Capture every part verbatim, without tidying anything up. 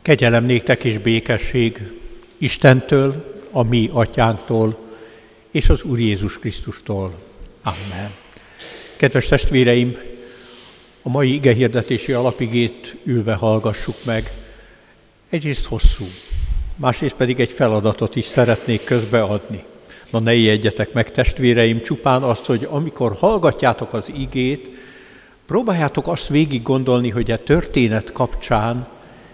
Kegyelem néktek és békesség Istentől, a mi atyánktól, és az Úr Jézus Krisztustól. Amen. Kedves testvéreim, a mai igehirdetési alapigét ülve hallgassuk meg. Egyrészt hosszú, másrészt pedig egy feladatot is szeretnék közbeadni. Na, ne ijedjetek meg, testvéreim, csupán azt, hogy amikor hallgatjátok az igét, próbáljátok azt végig gondolni, hogy a történet kapcsán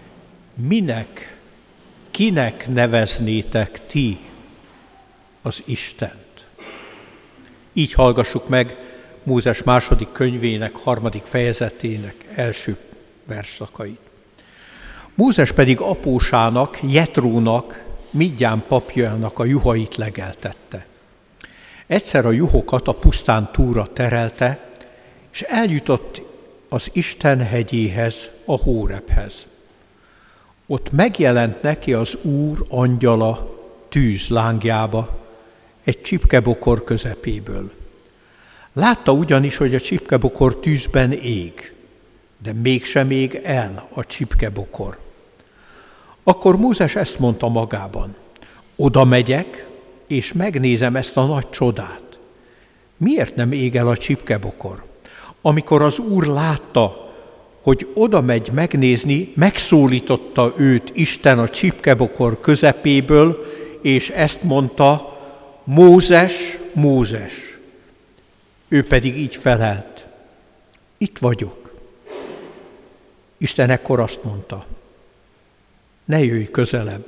minek, kinek neveznétek ti az Istent. Így hallgassuk meg Mózes második könyvének, harmadik fejezetének első versszakait. Mózes pedig apósának, Jetrónak, Midján papjának a juhait legeltette. Egyszer a juhokat a pusztán túra terelte, és eljutott az Isten hegyéhez, a Hórebhez. Ott megjelent neki az Úr angyala tűz lángjába, egy csipkebokor közepéből. Látta ugyanis, hogy a csipkebokor tűzben ég, de mégsem ég el a csipkebokor. Akkor Mózes ezt mondta magában: oda megyek, és megnézem ezt a nagy csodát. Miért nem ég el a csipkebokor? Amikor az Úr látta, hogy oda megy megnézni, megszólította őt Isten a csipkebokor közepéből, és ezt mondta: Mózes, Mózes. Ő pedig így felelt: itt vagyok. Isten ekkor azt mondta: ne jöjj közelebb,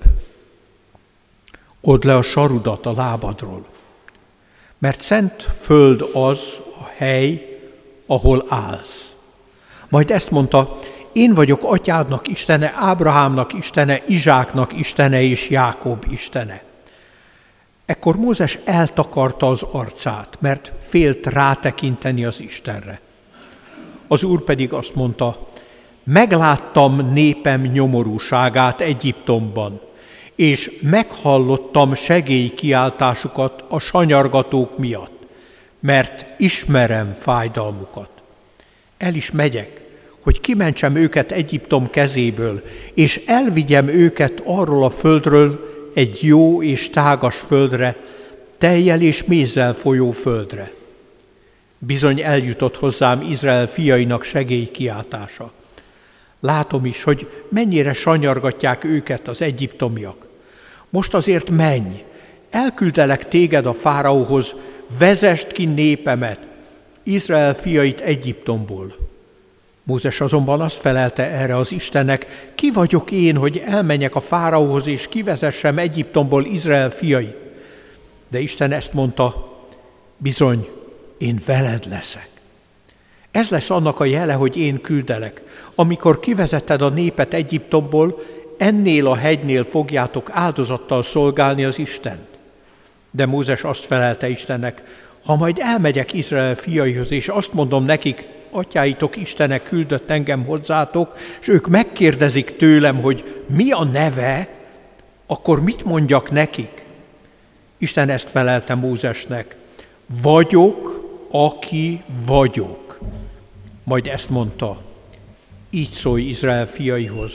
odd le a sarudat a lábadról, mert szent föld az a hely, ahol állsz. Majd ezt mondta: én vagyok atyádnak Istene, Ábrahámnak Istene, Izsáknak Istene és Jákob Istene. Ekkor Mózes eltakarta az arcát, mert félt rátekinteni az Istenre. Az Úr pedig azt mondta: megláttam népem nyomorúságát Egyiptomban, és meghallottam segélykiáltásukat a sanyargatók miatt, mert ismerem fájdalmukat. El is megyek, hogy kimentsem őket Egyiptom kezéből, és elvigyem őket arról a földről egy jó és tágas földre, tejjel és mézzel folyó földre. Bizony eljutott hozzám Izrael fiainak segélykiáltása. Látom is, hogy mennyire sanyargatják őket az egyiptomiak. Most azért menj, elküldelek téged a fáraóhoz, vezesd ki népemet, Izrael fiait Egyiptomból. Mózes azonban azt felelte erre az Istennek: ki vagyok én, hogy elmenjek a fáraóhoz, és kivezessem Egyiptomból Izrael fiait? De Isten ezt mondta: bizony, én veled leszek. Ez lesz annak a jele, hogy én küldelek. Amikor kivezetted a népet Egyiptomból, ennél a hegynél fogjátok áldozattal szolgálni az Istent. De Mózes azt felelte Istennek: ha majd elmegyek Izrael fiaihoz, és azt mondom nekik: atyáitok Istene küldött engem hozzátok, és ők megkérdezik tőlem, hogy mi a neve, akkor mit mondjak nekik? Isten ezt felelte Mózesnek: vagyok, aki vagyok. Majd ezt mondta: így szólj Izrael fiaihoz: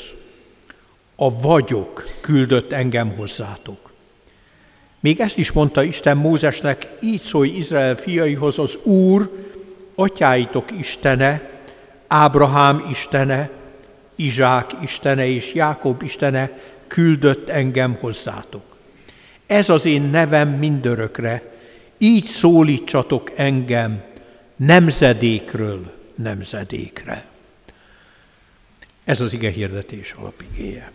a vagyok küldött engem hozzátok. Még ezt is mondta Isten Mózesnek: így szólj Izrael fiaihoz: az Úr, atyáitok Istene, Ábrahám Istene, Izsák Istene és Jákob Istene küldött engem hozzátok. Ez az én nevem mindörökre, így szólítsatok engem nemzedékről nemzedékre. Ez az igehirdetés alapigéje.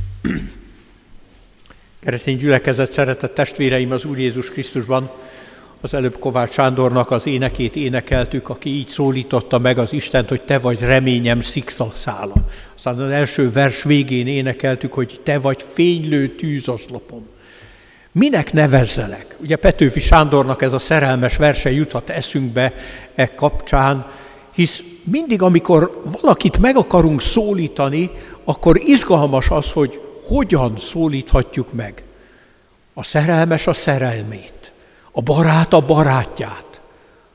Keresztény gyülekezet, szeretett testvéreim az Úr Jézus Krisztusban, az előbb Kovács Sándornak az énekét énekeltük, aki így szólította meg az Istent, hogy te vagy reményem szikszalszála. Aztán az első vers végén énekeltük, hogy te vagy fénylő tűzoszlopom. Minek nevezzelek? Ugye Petőfi Sándornak ez a szerelmes verse juthat eszünkbe e kapcsán, hisz mindig, amikor valakit meg akarunk szólítani, akkor izgalmas az, hogy hogyan szólíthatjuk meg. A szerelmes a szerelmét, a barát a barátját,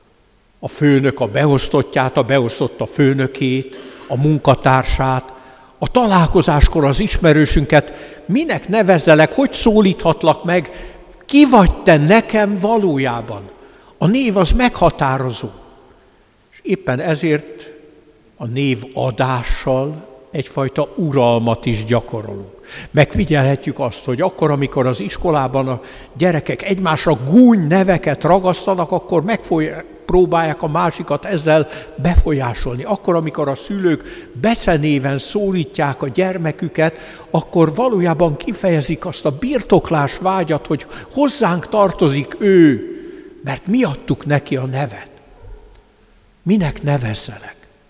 a főnök a beosztottját, a beosztott a főnökét, a munkatársát, a találkozáskor az ismerősünket, minek nevezzelek, hogy szólíthatlak meg, ki vagy te nekem valójában. A név az meghatározó. És éppen ezért a név adással egyfajta uralmat is gyakorolunk. Megfigyelhetjük azt, hogy akkor, amikor az iskolában a gyerekek egymásra gúny neveket ragasztanak, akkor megpróbálják a másikat ezzel befolyásolni. Akkor, amikor a szülők becenéven szólítják a gyermeküket, akkor valójában kifejezik azt a birtoklás vágyat, hogy hozzánk tartozik ő, mert mi adtuk neki a nevet. Minek nevezzelek?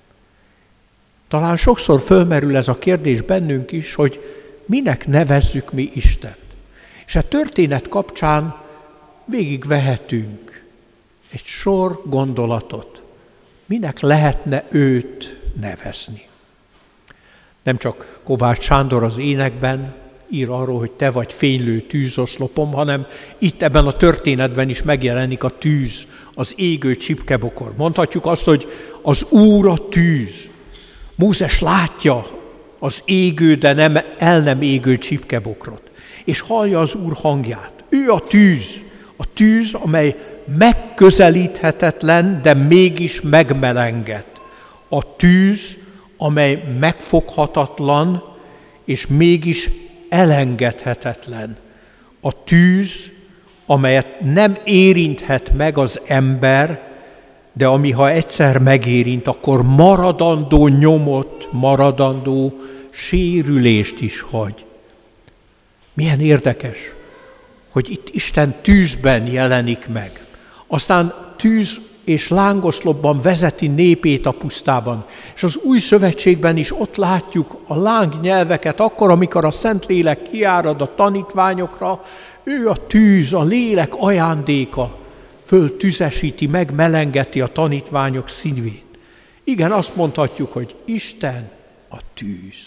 Talán sokszor fölmerül ez a kérdés bennünk is, hogy minek nevezzük mi Istent. És a történet kapcsán végigvehetünk egy sor gondolatot, minek lehetne őt nevezni. Nem csak Kovács Sándor az énekben ír arról, hogy te vagy fénylő tűzoszlopom, hanem itt ebben a történetben is megjelenik a tűz, az égő csipkebokor. Mondhatjuk azt, hogy az Úr a tűz. Mózes látja az égő, de nem, el nem égő csipkebokrot, és hallja az Úr hangját. Ő a tűz, a tűz, amely megközelíthetetlen, de mégis megmelenget. A tűz, amely megfoghatatlan, és mégis elengedhetetlen. A tűz, amelyet nem érinthet meg az ember, de ami ha egyszer megérint, akkor maradandó nyomot, maradandó sérülést is hagy. Milyen érdekes, hogy itt Isten tűzben jelenik meg. Aztán tűz és lángoszlopban vezeti népét a pusztában. És az új szövetségben is ott látjuk a lángnyelveket, akkor, amikor a Szentlélek kiárad a tanítványokra, ő a tűz, a lélek ajándéka, föltüzesíti, megmelengeti a tanítványok szívét. Igen, azt mondhatjuk, hogy Isten a tűz.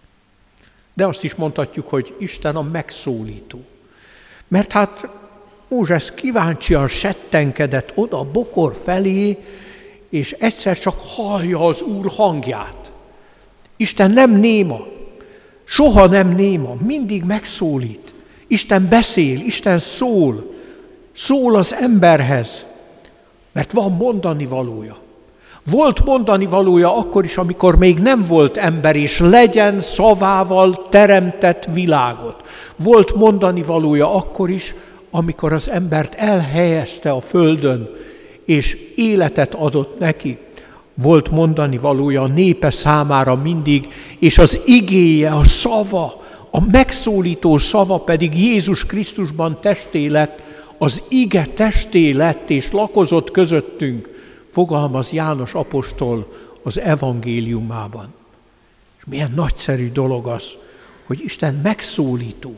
De azt is mondhatjuk, hogy Isten a megszólító. Mert hát Mózes kíváncsian settenkedett oda a bokor felé, és egyszer csak hallja az Úr hangját. Isten nem néma, soha nem néma, mindig megszólít. Isten beszél, Isten szól, szól az emberhez, mert van mondani valója. Volt mondani valója akkor is, amikor még nem volt ember, és legyen szavával teremtett világot. Volt mondani valója akkor is, amikor az embert elhelyezte a földön, és életet adott neki. Volt mondani valója a népe számára mindig, és az igéje, a szava, a megszólító szava pedig Jézus Krisztusban testé lett, az ige testé lett és lakozott közöttünk, fogalmaz János apostol az evangéliumában. És milyen nagyszerű dolog az, hogy Isten megszólító,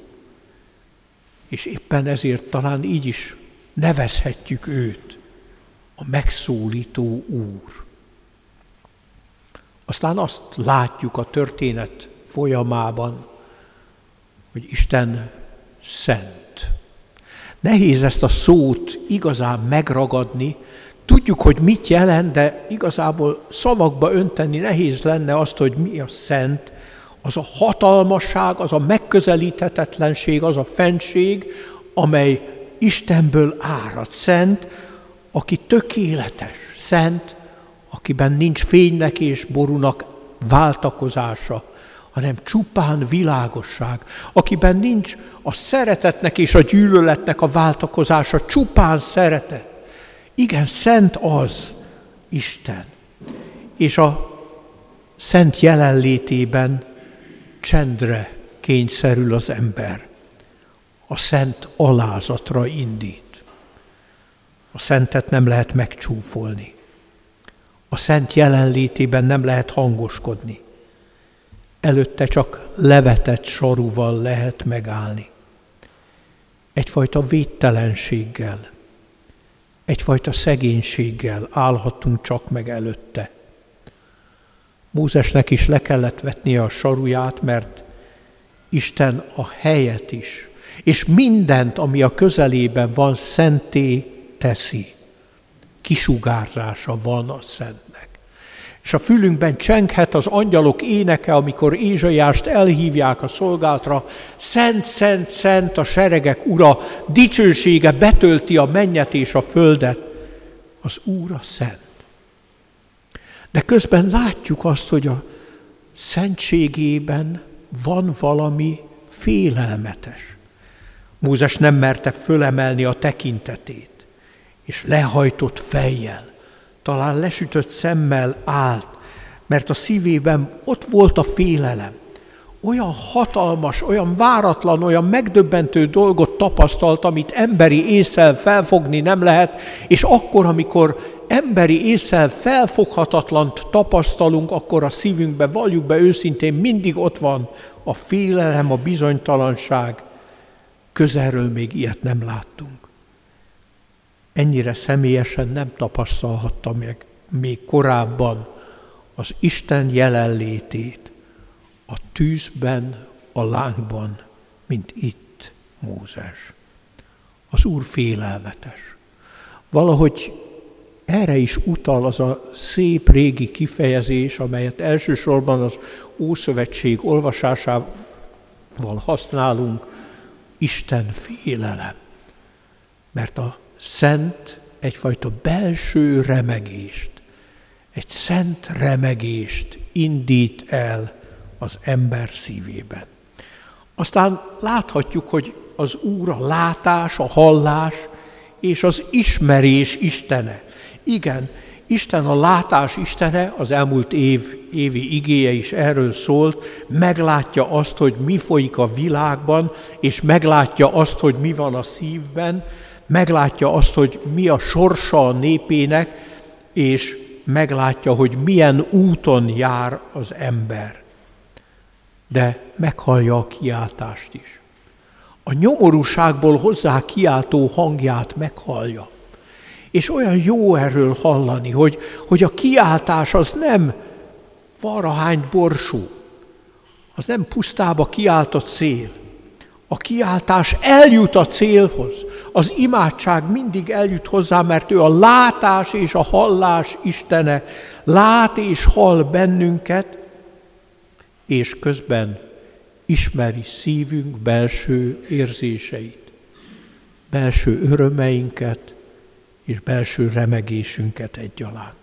és éppen ezért talán így is nevezhetjük őt, a megszólító Úr. Aztán azt látjuk a történet folyamában, hogy Isten szent. Nehéz ezt a szót igazán megragadni, tudjuk, hogy mit jelent, de igazából szavakba önteni nehéz lenne azt, hogy mi a szent. Az a hatalmasság, az a megközelíthetetlenség, az a fennség, amely Istenből árad. Szent, aki tökéletes. Szent, akiben nincs fénynek és borúnak váltakozása, hanem csupán világosság, akiben nincs a szeretetnek és a gyűlöletnek a váltakozása, csupán szeretet. Igen, szent az Isten. És a szent jelenlétében csendre kényszerül az ember. A szent alázatra indít. A szentet nem lehet megcsúfolni. A szent jelenlétében nem lehet hangoskodni. Előtte csak levetett sarúval lehet megállni. Egyfajta védtelenséggel, egyfajta szegénységgel állhatunk csak meg előtte. Mózesnek is le kellett vetnie a saruját, mert Isten a helyet is, és mindent, ami a közelében van, szenté teszi. Kisugárzása van a szentnek. És a fülünkben csenghet az angyalok éneke, amikor Ézsaiást elhívják a szolgálatra, szent, szent, szent a seregek ura, dicsősége betölti a mennyet és a földet. Az Úr a szent. De közben látjuk azt, hogy a szentségében van valami félelmetes. Mózes nem merte fölemelni a tekintetét, és lehajtott fejjel, talán lesütött szemmel állt, mert a szívében ott volt a félelem. Olyan hatalmas, olyan váratlan, olyan megdöbbentő dolgot tapasztalt, amit emberi ésszel felfogni nem lehet, és akkor, amikor emberi ésszel felfoghatatlant tapasztalunk, akkor a szívünkbe, valljuk be őszintén, mindig ott van a félelem, a bizonytalanság. Közelről még ilyet nem láttunk. Ennyire személyesen nem tapasztalhatta meg még korábban az Isten jelenlétét a tűzben, a lángban, mint itt Mózes. Az Úr félelmetes. Valahogy erre is utal az a szép régi kifejezés, amelyet elsősorban az Ószövetség olvasásával használunk, Isten félelem. Mert a szent egyfajta belső remegést, egy szent remegést indít el az ember szívében. Aztán láthatjuk, hogy az Úr a látás, a hallás és az ismerés istene. Igen, Isten a látás istene, az elmúlt év évi igéje is erről szólt, meglátja azt, hogy mi folyik a világban, és meglátja azt, hogy mi van a szívben, meglátja azt, hogy mi a sorsa a népének, és meglátja, hogy milyen úton jár az ember. De meghallja a kiáltást is. A nyomorúságból hozzá kiáltó hangját meghallja. És olyan jó erről hallani, hogy, hogy a kiáltás az nem varrahány borsó, az nem pusztába kiáltott szél. A kiáltás eljut a célhoz. Az imádság mindig eljut hozzá, mert ő a látás és a hallás istene. Lát és hall bennünket, és közben ismeri szívünk belső érzéseit, belső örömeinket és belső remegésünket egyaránt.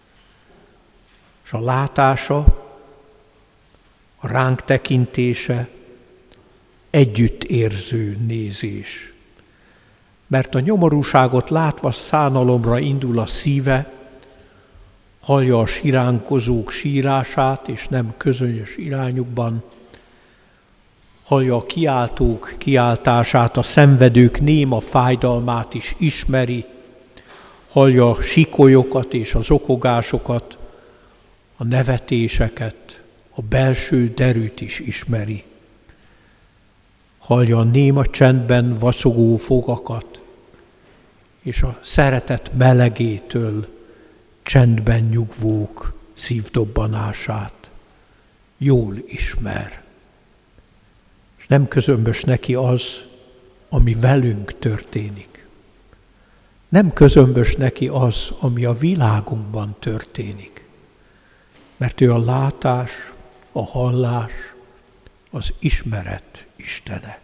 És a látása, a ránk tekintése együttérző nézés. Mert a nyomorúságot látva szánalomra indul a szíve, hallja a siránkozók sírását, és nem közönyös irányukban, hallja a kiáltók kiáltását, a szenvedők néma fájdalmát is ismeri, hallja a sikolyokat és az okogásokat, a nevetéseket, a belső derűt is ismeri. Hallja a néma csendben vacogó fogakat, és a szeretet melegétől csendben nyugvók szívdobbanását jól ismer. És nem közömbös neki az, ami velünk történik. Nem közömbös neki az, ami a világunkban történik. Mert ő a látás, a hallás, az ismeret istene.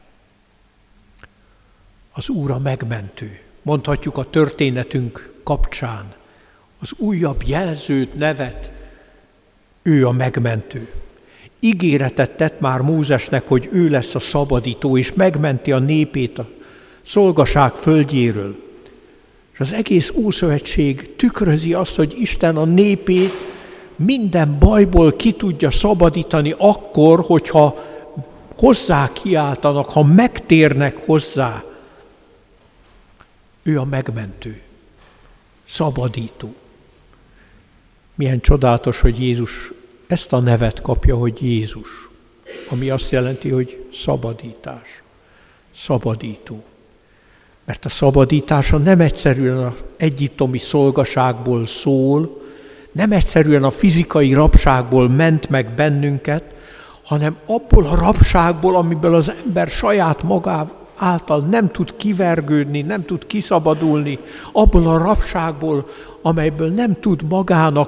Az Úr a megmentő. Mondhatjuk a történetünk kapcsán. Az újabb jelzőt, nevet, ő a megmentő. Ígéretet tett már Mózesnek, hogy ő lesz a szabadító, és megmenti a népét a szolgaság földjéről. És az egész Ószövetség tükrözi azt, hogy Isten a népét minden bajból ki tudja szabadítani akkor, hogyha hozzá kiáltanak, ha megtérnek hozzá. Ő a megmentő, szabadító. Milyen csodálatos, hogy Jézus ezt a nevet kapja, hogy Jézus, ami azt jelenti, hogy szabadítás, szabadító. Mert a szabadítása nem egyszerűen az egyiptomi szolgaságból szól, nem egyszerűen a fizikai rabságból ment meg bennünket, hanem abból a rabságból, amiből az ember saját magával által nem tud kivergődni, nem tud kiszabadulni, abból a rabságból, amelyből nem tud magának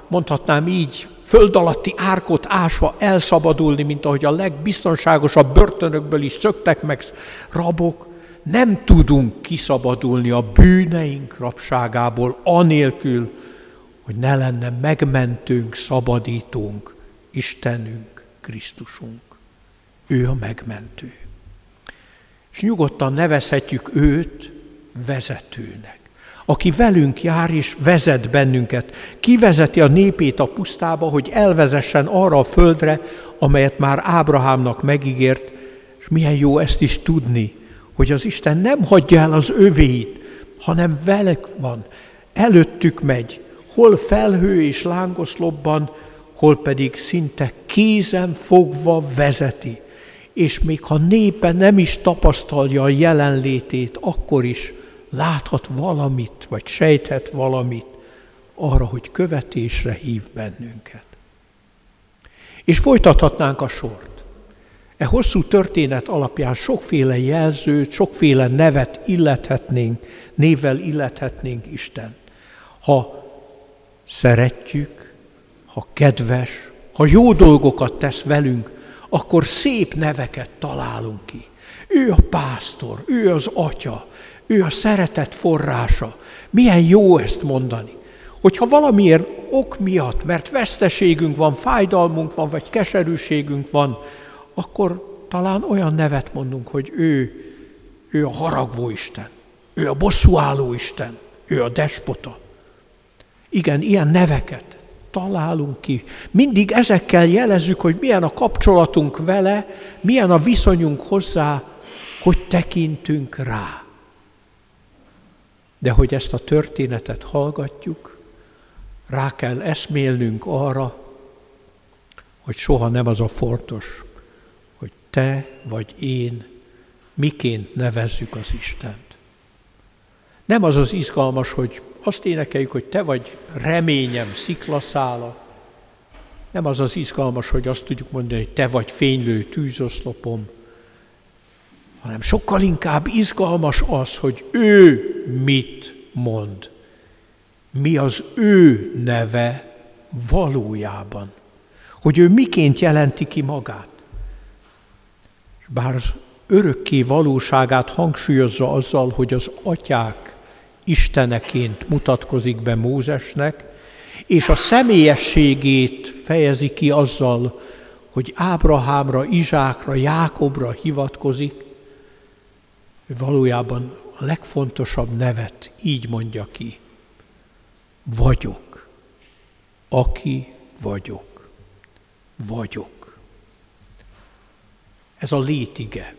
mondhatnám így, föld alatti árkot ásva elszabadulni, mint ahogy a legbiztonságosabb börtönökből is szöktek meg rabok, nem tudunk kiszabadulni a bűneink rabságából, anélkül, hogy ne lenne megmentőnk, szabadítónk, Istenünk, Krisztusunk. Ő a megmentő. És nyugodtan nevezhetjük őt vezetőnek, aki velünk jár és vezet bennünket. Kivezeti a népét a pusztába, hogy elvezessen arra a földre, amelyet már Ábrahámnak megígért, és milyen jó ezt is tudni, hogy az Isten nem hagyja el az övéit, hanem velük van, előttük megy, hol felhő és lángoszlopban, hol pedig szinte kézen fogva vezeti. És még ha népe nem is tapasztalja a jelenlétét, akkor is láthat valamit, vagy sejthet valamit arra, hogy követésre hív bennünket. És folytathatnánk a sort. E hosszú történet alapján sokféle jelzőt, sokféle nevet illethetnénk, névvel illethetnénk Isten. Ha szeretjük, ha kedves, ha jó dolgokat tesz velünk, akkor szép neveket találunk ki. Ő a pásztor, ő az atya, ő a szeretet forrása. Milyen jó ezt mondani. Hogyha valamiért ok miatt, mert veszteségünk van, fájdalmunk van, vagy keserűségünk van, akkor talán olyan nevet mondunk, hogy ő, ő a haragvó Isten, ő a bosszúálló Isten, ő a despota. Igen, ilyen neveket találunk ki. Mindig ezekkel jelezzük, hogy milyen a kapcsolatunk vele, milyen a viszonyunk hozzá, hogy tekintünk rá. De hogy ezt a történetet hallgatjuk, rá kell eszmélnünk arra, hogy soha nem az a fontos, hogy te vagy én miként nevezzük az Istent. Nem az az izgalmas, hogy azt énekeljük, hogy te vagy reményem sziklaszála. Nem az az izgalmas, hogy azt tudjuk mondani, hogy te vagy fénylő tűzoszlopom, hanem sokkal inkább izgalmas az, hogy ő mit mond. Mi az ő neve valójában. Hogy ő miként jelenti ki magát. Bár az örökké valóságát hangsúlyozza azzal, hogy az atyák isteneként mutatkozik be Mózesnek, és a személyességét fejezi ki azzal, hogy Ábrahámra, Izsákra, Jákobra hivatkozik, ő valójában a legfontosabb nevet így mondja ki. Vagyok, aki vagyok. Vagyok. Ez a létige.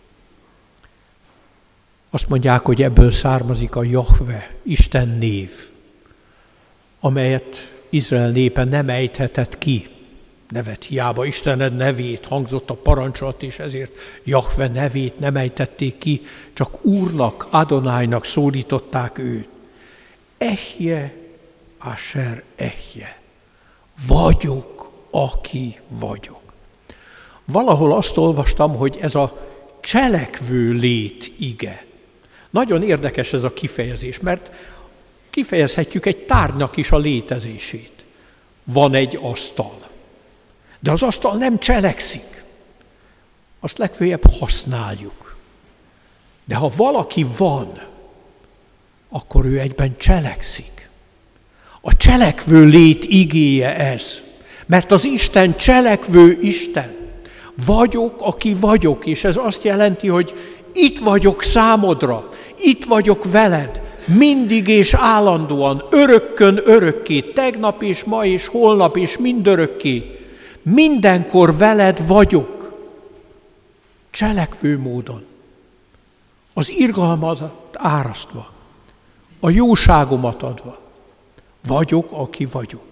Azt mondják, hogy ebből származik a Jahve, Isten név, amelyet Izrael népe nem ejthetett ki. Nevet hiába, Istened nevét, hangzott a parancsolat, és ezért Jahve nevét nem ejtették ki, csak Úrnak, Adonájnak szólították őt. Ehje, Asher ehje. Vagyok, aki vagyok. Valahol azt olvastam, hogy ez a cselekvő lét ige. Nagyon érdekes ez a kifejezés, mert kifejezhetjük egy tárgynak is a létezését. Van egy asztal, de az asztal nem cselekszik. Azt legfőjebb használjuk. De ha valaki van, akkor ő egyben cselekszik. A cselekvő lét igéje ez, mert az Isten cselekvő Isten. Vagyok, aki vagyok, és ez azt jelenti, hogy itt vagyok számodra, itt vagyok veled, mindig és állandóan, örökkön örökké, tegnap és ma és holnap és mindörökké, mindenkor veled vagyok, cselekvő módon, az irgalmat árasztva, a jóságomat adva, vagyok, aki vagyok.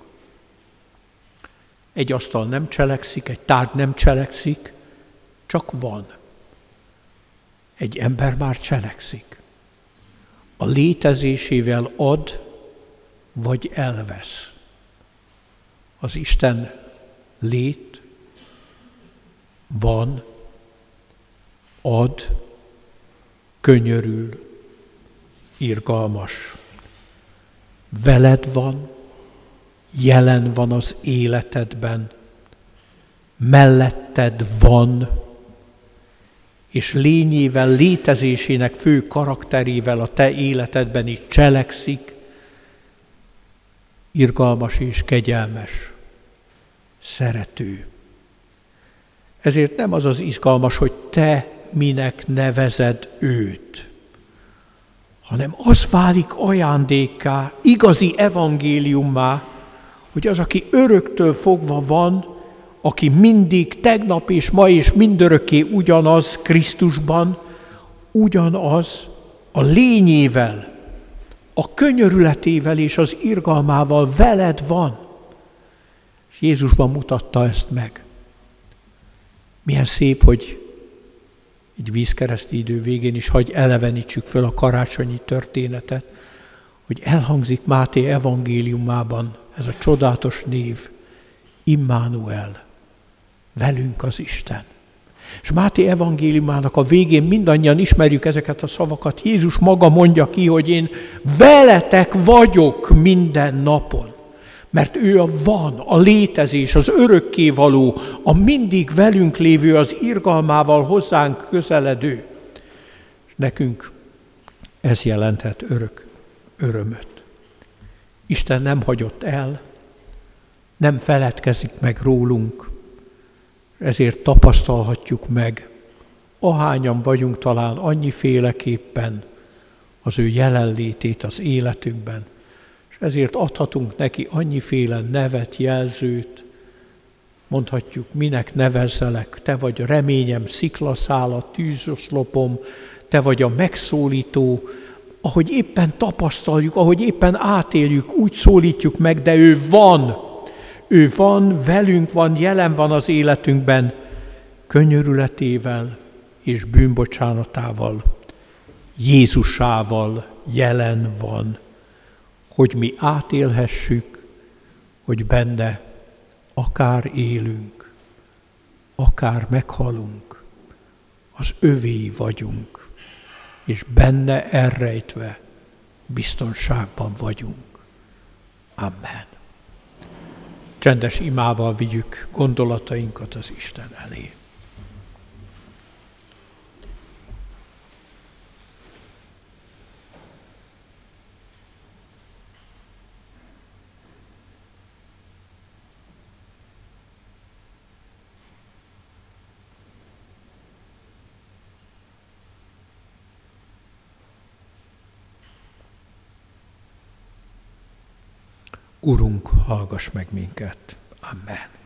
Egy asztal nem cselekszik, egy tárgy nem cselekszik, csak van. Egy ember már cselekszik. A létezésével ad, vagy elvesz. Az Isten lét, van, ad, könyörül, irgalmas. Veled van, jelen van az életedben, melletted van, és lényével, létezésének fő karakterével a te életedben is cselekszik, irgalmas és kegyelmes, szerető. Ezért nem az az izgalmas, hogy te minek nevezed őt, hanem az válik ajándékká, igazi evangéliummá, hogy az, aki öröktől fogva van, aki mindig, tegnap és ma és mindörökké ugyanaz Krisztusban, ugyanaz a lényével, a könyörületével és az irgalmával veled van. És Jézusban mutatta ezt meg. Milyen szép, hogy egy vízkereszti idő végén is hagy elevenítsük föl a karácsonyi történetet, hogy elhangzik Máté evangéliumában ez a csodálatos név, Immanuel, velünk az Isten. És Máté evangéliumának a végén mindannyian ismerjük ezeket a szavakat. Jézus maga mondja ki, hogy én veletek vagyok minden napon. Mert ő a van, a létezés, az örökkévaló, a mindig velünk lévő, az irgalmával hozzánk közeledő. És nekünk ez jelenthet örök örömöt. Isten nem hagyott el, nem feledkezik meg rólunk, ezért tapasztalhatjuk meg, ahányan vagyunk talán annyiféleképpen az ő jelenlétét az életünkben, és ezért adhatunk neki annyiféle nevet, jelzőt, mondhatjuk, minek nevezzelek, te vagy a reményem, sziklaszál, tűzoszlopom, te vagy a megszólító, ahogy éppen tapasztaljuk, ahogy éppen átéljük, úgy szólítjuk meg, de ő van, ő van, velünk van, jelen van az életünkben, könyörületével és bűnbocsánatával, Jézusával jelen van, hogy mi átélhessük, hogy benne akár élünk, akár meghalunk, az övé vagyunk, és benne elrejtve biztonságban vagyunk. Amen. Csendes imával vigyük gondolatainkat az Isten elé. Urunk, hallgass meg minket. Amen.